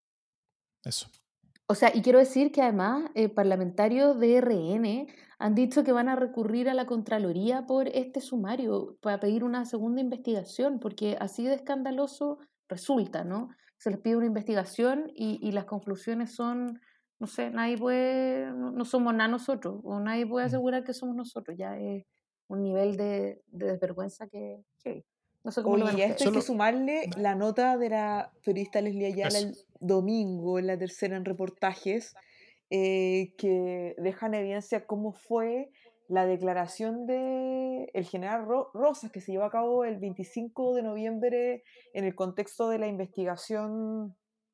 Eso. O sea, y quiero decir que además eh, parlamentarios de R N han dicho que van a recurrir a la Contraloría por este sumario para pedir una segunda investigación, porque así de escandaloso resulta, ¿no? Se les pide una investigación y, y las conclusiones son, no sé, nadie puede, no, no somos nada nosotros, o nadie puede asegurar que somos nosotros, ya es un nivel de, de desvergüenza que, que no sé cómo lo ven Oye, a esto hay ustedes. que Solo. sumarle la nota de la periodista Leslie Ayala Eso. el domingo, en la tercera en reportajes, eh, que deja en evidencia cómo fue la declaración de el general Ro- Rosas, que se llevó a cabo el veinticinco de noviembre en el contexto de la investigación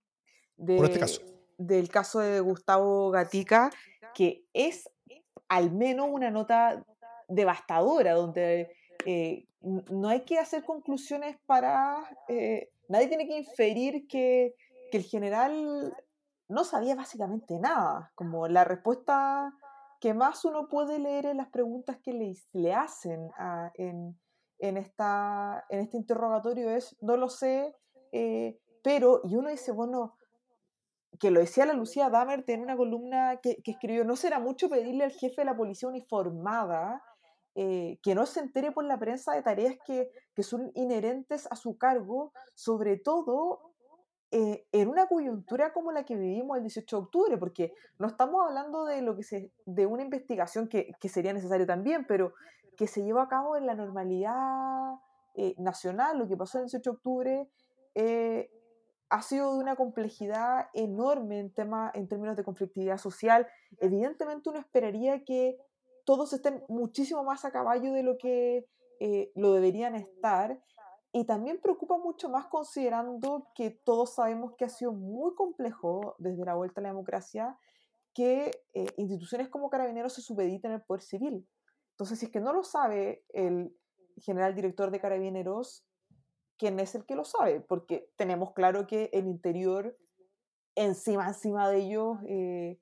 Por este caso. de, del caso de Gustavo Gatica, que es al menos una nota devastadora, donde eh, n- no hay que hacer conclusiones para... eh, nadie tiene que inferir que, que el general no sabía básicamente nada, como la respuesta que más uno puede leer en las preguntas que le, le hacen a- en, en, esta, en este interrogatorio es, no lo sé, eh, pero, y uno dice, bueno, que lo decía la Lucía Dammert en una columna que, que escribió, no será mucho pedirle al jefe de la policía uniformada eh, que no se entere por la prensa de tareas que, que son inherentes a su cargo, sobre todo eh, en una coyuntura como la que vivimos el dieciocho de octubre, porque no estamos hablando de, lo que se, de una investigación que, que sería necesario también, pero que se lleva a cabo en la normalidad eh, nacional, lo que pasó el dieciocho de octubre. Eh, ha sido de una complejidad enorme en, tema, en términos de conflictividad social. Evidentemente uno esperaría que todos estén muchísimo más a caballo de lo que eh, lo deberían estar. Y también preocupa mucho más considerando que todos sabemos que ha sido muy complejo desde la vuelta a la democracia que eh, instituciones como Carabineros se supediten al poder civil. Entonces, si es que no lo sabe el general director de Carabineros, quién es el que lo sabe, porque tenemos claro que el interior, encima, encima de ellos, eh,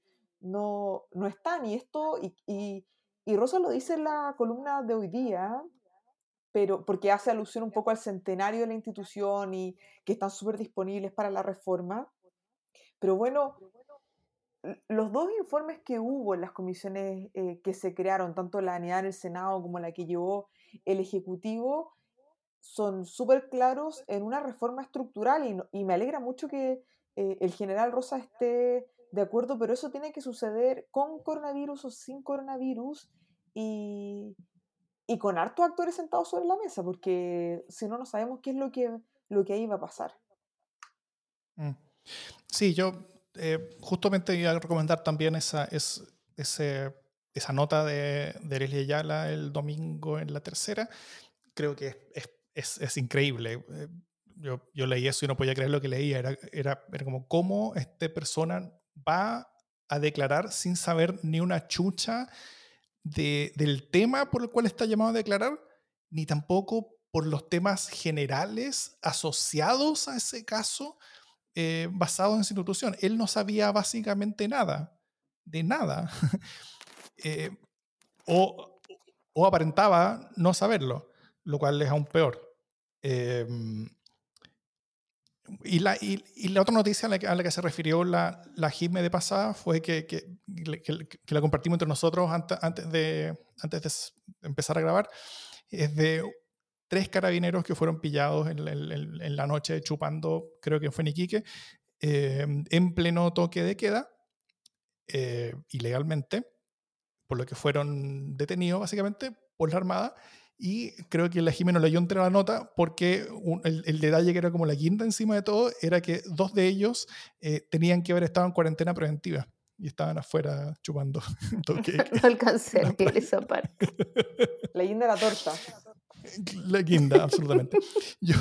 no, no están. Y esto, y, y, y Rosa lo dice en la columna de hoy día, pero porque hace alusión un poco al centenario de la institución y que están súper disponibles para la reforma. Pero bueno, los dos informes que hubo en las comisiones eh, que se crearon, tanto la unidad en el Senado como la que llevó el Ejecutivo, son súper claros en una reforma estructural y, no, y me alegra mucho que eh, el general Rosa esté de acuerdo, pero eso tiene que suceder con coronavirus o sin coronavirus y, y con hartos actores sentados sobre la mesa, porque si no, no sabemos qué es lo que, lo que ahí va a pasar. Mm. Sí, yo eh, justamente iba a recomendar también esa, es, ese, esa nota de, de Leslie Ayala el domingo en la tercera. Creo que es, es, es, es increíble. Eh, yo, yo leí eso y no podía creer lo que leía. Era, era, era como cómo esta persona va a declarar sin saber ni una chucha de, del tema por el cual está llamado a declarar, ni tampoco por los temas generales asociados a ese caso. Eh, basado en esa institución. Él no sabía básicamente nada, de nada, eh, o, o aparentaba no saberlo, lo cual es aún peor. Eh, y, la, y, y la otra noticia a la que, a la que se refirió la, la Jime de pasada fue que, que, que, que la compartimos entre nosotros antes, antes, de, antes de empezar a grabar, es de tres carabineros que fueron pillados en, en, en la noche chupando, creo que fue en Iquique, Eh, en pleno toque de queda, eh, ilegalmente, por lo que fueron detenidos básicamente por la Armada. Y creo que la Jimena leyó entre la nota porque un, el, el detalle que era como la guinda encima de todo era que dos de ellos eh, tenían que haber estado en cuarentena preventiva y estaban afuera chupando toque de queda. No alcancé a leer esa parte. La guinda de la torta. La guinda, absolutamente. Yo,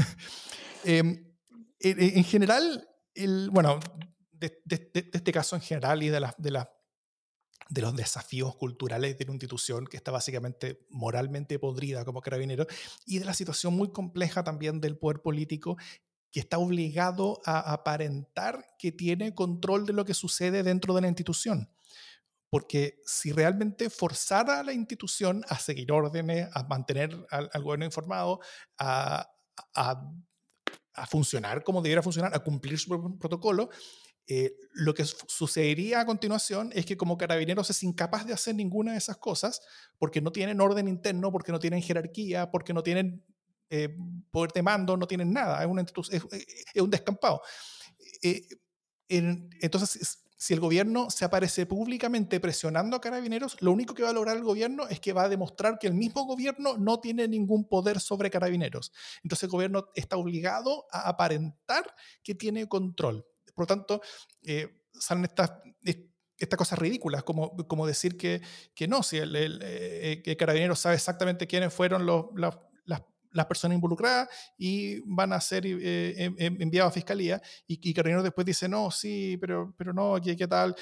eh, en, en general, el, bueno, de, de, de, de este caso en general y de, la, de, la, de los desafíos culturales de una institución que está básicamente moralmente podrida como Carabineros y de la situación muy compleja también del poder político que está obligado a aparentar que tiene control de lo que sucede dentro de la institución. Porque si realmente forzara a la institución a seguir órdenes, a mantener al, al gobierno informado, a, a, a funcionar como debiera funcionar, a cumplir su protocolo, eh, lo que sucedería a continuación es que como Carabineros es incapaz de hacer ninguna de esas cosas porque no tienen orden interno, porque no tienen jerarquía, porque no tienen eh, poder de mando, no tienen nada, es, una es, es un descampado. Eh, en, entonces, si el gobierno se aparece públicamente presionando a Carabineros, lo único que va a lograr el gobierno es que va a demostrar que el mismo gobierno no tiene ningún poder sobre Carabineros. Entonces el gobierno está obligado a aparentar que tiene control. Por lo tanto, eh, salen estas, estas cosas ridículas, como, como decir que, que no, si el, el, eh, que Carabineros sabe exactamente quiénes fueron los, los, las las personas involucradas y van a ser eh, enviados a fiscalía y, y Carabineros después dice no, sí, pero, pero no, ¿qué, qué tal?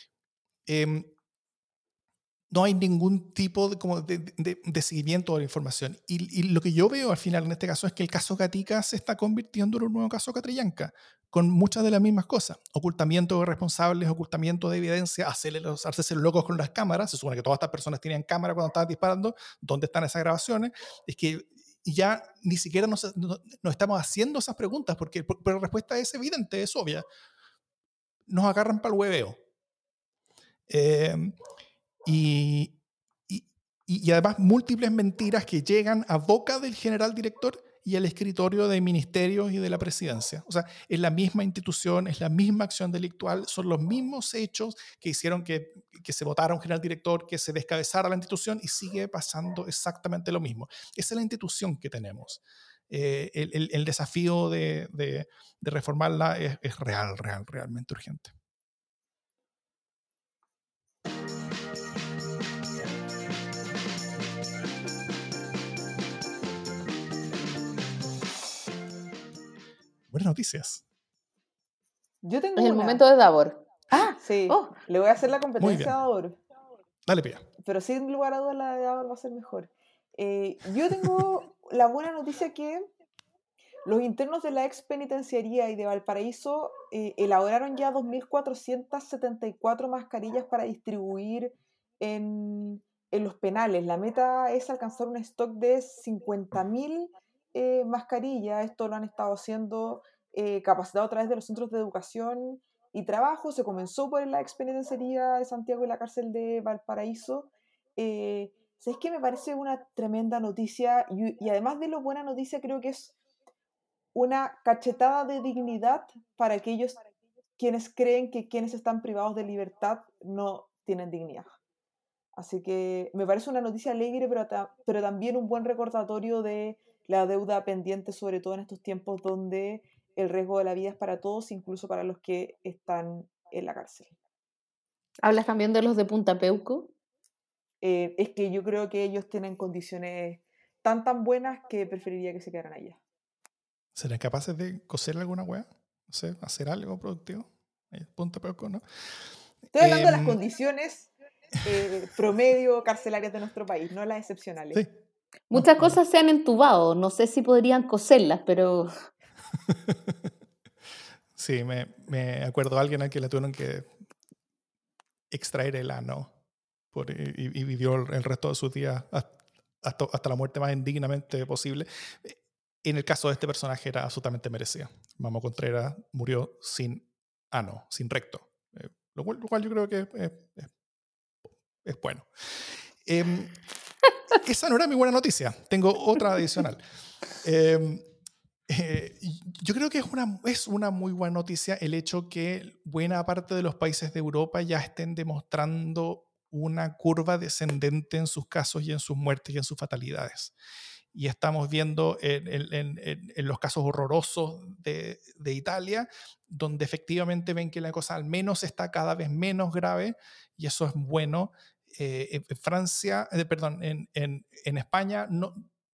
Eh, no hay ningún tipo de, como de, de, de seguimiento de la información. Y, y lo que yo veo al final en este caso es que el caso Gatica se está convirtiendo en un nuevo caso Catrillanca, con muchas de las mismas cosas. Ocultamiento de responsables, ocultamiento de evidencia, hacerle los, hacerse locos con las cámaras. Se supone que todas estas personas tenían cámara cuando estaban disparando. ¿Dónde están esas grabaciones? Es que ya ni siquiera nos, nos, nos estamos haciendo esas preguntas, porque pero la respuesta es evidente, es obvia. Nos agarran para el hueveo. Eh, y, y, y además múltiples mentiras que llegan a boca del general director y al escritorio de ministerios y de la presidencia. O sea, es la misma institución, es la misma acción delictual, son los mismos hechos que hicieron que, que se votara un general director, que se descabezara la institución y sigue pasando exactamente lo mismo. Esa es la institución que tenemos. Eh, el, el, el desafío de, de, de reformarla es, es real, real, realmente urgente. Buenas noticias. Yo tengo Es el una. momento de Davor. Ah, sí. Oh. Le voy a hacer la competencia a Davor. Dale, pilla. Pero sin lugar a dudas la de Davor va a ser mejor. Eh, yo tengo la buena noticia que Los internos de la ex penitenciaría y de Valparaíso eh, elaboraron ya dos mil cuatrocientas setenta y cuatro mascarillas para distribuir en, en los penales. La meta es alcanzar un stock de cincuenta mil eh, mascarillas. Esto lo han estado haciendo eh, capacitado a través de los centros de educación y trabajo. Se comenzó por la ex penitenciaría de Santiago y la cárcel de Valparaíso. Eh, ¿Sabes qué? Me parece una tremenda noticia y, y además de lo buena noticia, creo que es una cachetada de dignidad para aquellos quienes creen que quienes están privados de libertad no tienen dignidad. Así que me parece una noticia alegre, pero, ta- pero también un buen recordatorio de la deuda pendiente, sobre todo en estos tiempos donde el riesgo de la vida es para todos, incluso para los que están en la cárcel. ¿Hablas también de los de Punta Peuco? Eh, es que yo creo que ellos tienen condiciones tan tan buenas que preferiría que se quedaran allá. ¿Serán capaces de coser alguna weá? No sé, hacer algo productivo. Eh, Punto Peuco, ¿no? Estoy hablando de las Em, condiciones eh, promedio carcelarias de nuestro país, no las excepcionales. sí. No, Muchas no. cosas se han entubado, no sé si podrían coserlas, pero Sí, me, me acuerdo a alguien al que le tuvieron que extraer el ano por- y, y vivió el, el resto de sus días hasta, hasta la muerte más indignamente posible. En el caso de este personaje era absolutamente merecida. Mamo Contreras murió sin ano, sin recto. Eh, lo, cual, lo cual yo creo que es, es, es- es bueno. Eh, esa no era mi buena noticia. Tengo otra adicional. Eh, eh, yo creo que es una, es una muy buena noticia el hecho que buena parte de los países de Europa ya estén demostrando una curva descendente en sus casos y en sus muertes y en sus fatalidades. Y estamos viendo en, en, en, en los casos horrorosos de, de Italia, donde efectivamente ven que la cosa al menos está cada vez menos grave, y eso es bueno. Eh, en Francia, eh, perdón, en, en, en España no,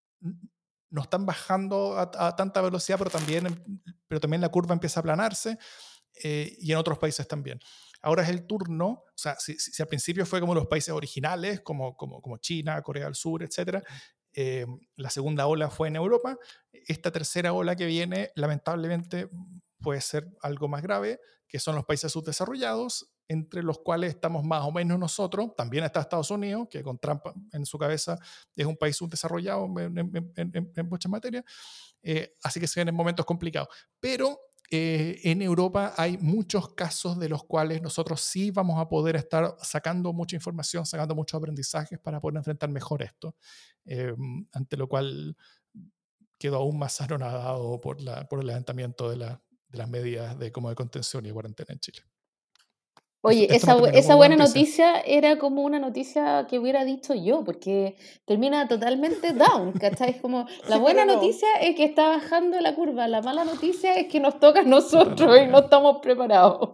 no están bajando a, a tanta velocidad, pero también, pero también la curva empieza a aplanarse, eh, y en otros países también. Ahora es el turno, o sea, si, si, si al principio fue como los países originales, como, como, como China, Corea del Sur, etcétera, eh, la segunda ola fue en Europa. Esta tercera ola que viene, lamentablemente, puede ser algo más grave, que son los países subdesarrollados, entre los cuales estamos más o menos nosotros. También está Estados Unidos, que con Trump en su cabeza es un país subdesarrollado en, en, en, en muchas materias. Eh, así que se ven en momentos complicados. Pero eh, en Europa hay muchos casos de los cuales nosotros sí vamos a poder estar sacando mucha información, sacando muchos aprendizajes para poder enfrentar mejor esto, eh, ante lo cual quedo aún más anonadado por, la, por el levantamiento de, la, de las medidas de, como de contención y de cuarentena en Chile. Oye, esto, esto esa, no terminó esa como buena buena noticia. noticia era como una noticia que hubiera dicho yo, porque termina totalmente down, ¿cachai? Es como, la Sí, buena pero no. noticia es que está bajando la curva, la mala noticia es que nos toca a Puta la nosotros y no wea. estamos preparados.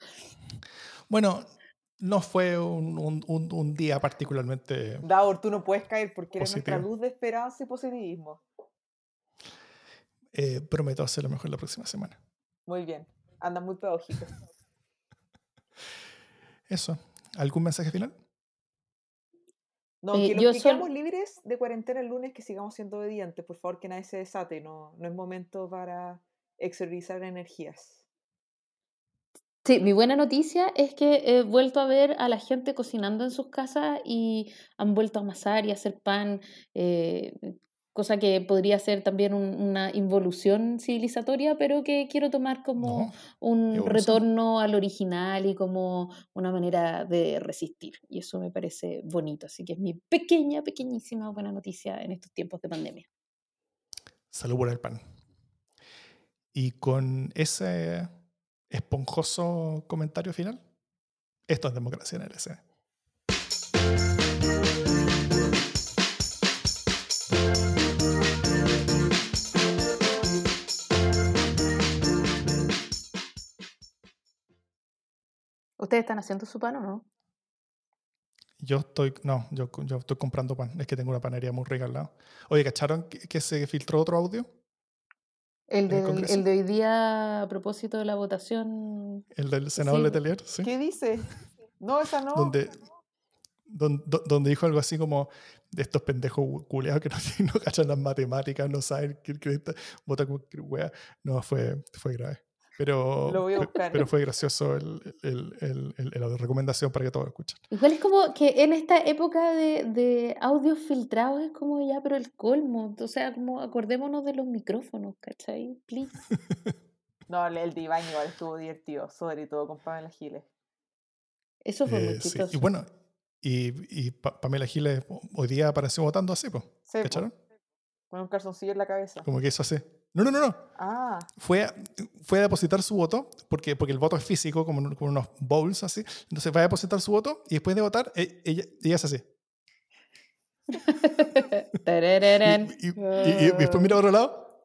Bueno, no fue un, un, un, un día particularmente Davor, tú no puedes caer porque eres nuestra positivo. luz de esperanza y positivismo. Eh, prometo hacerlo mejor la próxima semana. Muy bien, anda muy pedagógico. Eso. ¿Algún mensaje final? No, Eh, que los yo que sol- quedamos libres de cuarentena el lunes, que sigamos siendo obedientes. Por favor, que nadie se desate. No, no es momento para exorcizar energías. Sí, mi buena noticia es que he vuelto a ver a la gente cocinando en sus casas y han vuelto a amasar y a hacer pan, eh, cosa que podría ser también un- una involución civilizatoria, pero que quiero tomar como No. un Evolución. retorno al original y como una manera de resistir. Y eso me parece bonito. Así que es mi pequeña, pequeñísima buena noticia en estos tiempos de pandemia. Salud por el pan. Y con ese esponjoso comentario final, esto es Democracia en L S D. ¿Ustedes están haciendo su pan o no? Yo estoy, no, yo, yo estoy comprando pan. Es que tengo una panería muy rica al lado. Oye, ¿cacharon que, que se filtró otro audio El, en el del, Congreso? el de hoy día, a propósito de la votación. El del senador Sí, Letelier, sí. ¿Qué dice? No, esa no. Donde, don- do- donde dijo algo así como de estos pendejos culeados que no, no cachan las matemáticas, no saben qué cresta, vota cualquier wea. No, fue, fue grave. Lo Pero, voy a pe- buscar. pero fue gracioso el, el- el- el- la recomendación para que todos escuchen. Igual es como que en esta época de, de audios filtrados es como ya, pero el colmo. O sea, como acordémonos de los micrófonos, ¿cachai? Please. No, el de Iván igual estuvo divertido, sobre todo con Pamela Giles. Eso fue muy Eh, sí. Y chistoso. bueno, y, y Pa- Pamela Giles hoy día apareció votando así, pues. Sí, po, ¿Cacharon? con un calzoncillo en la cabeza. Como que hizo así. No, no, no, no. Ah, Fue a, fue a depositar su voto, porque, porque el voto es físico, como, en- como unos bowls así. Entonces va a depositar su voto y después de votar, e- ella, ella es así. Y, Tarararán. y- y- y después mira a otro lado.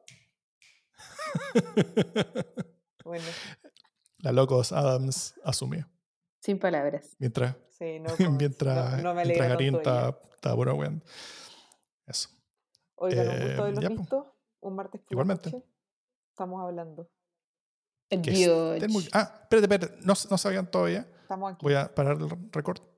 bueno, La Locos Adams asumió. Sin palabras. Mientras, sí, no, comment. mientras, no, no me mientras alegra Garín tanto ella. está, está bueno, weón. Eso. Oigan, un Eh, gusto haberlos ya, po. visto. Un martes por Igualmente. la noche. Estamos hablando. Que estén muy- Dios. Ah, espérate, espérate. No, no sabían todavía. Estamos aquí. Voy a parar el récord.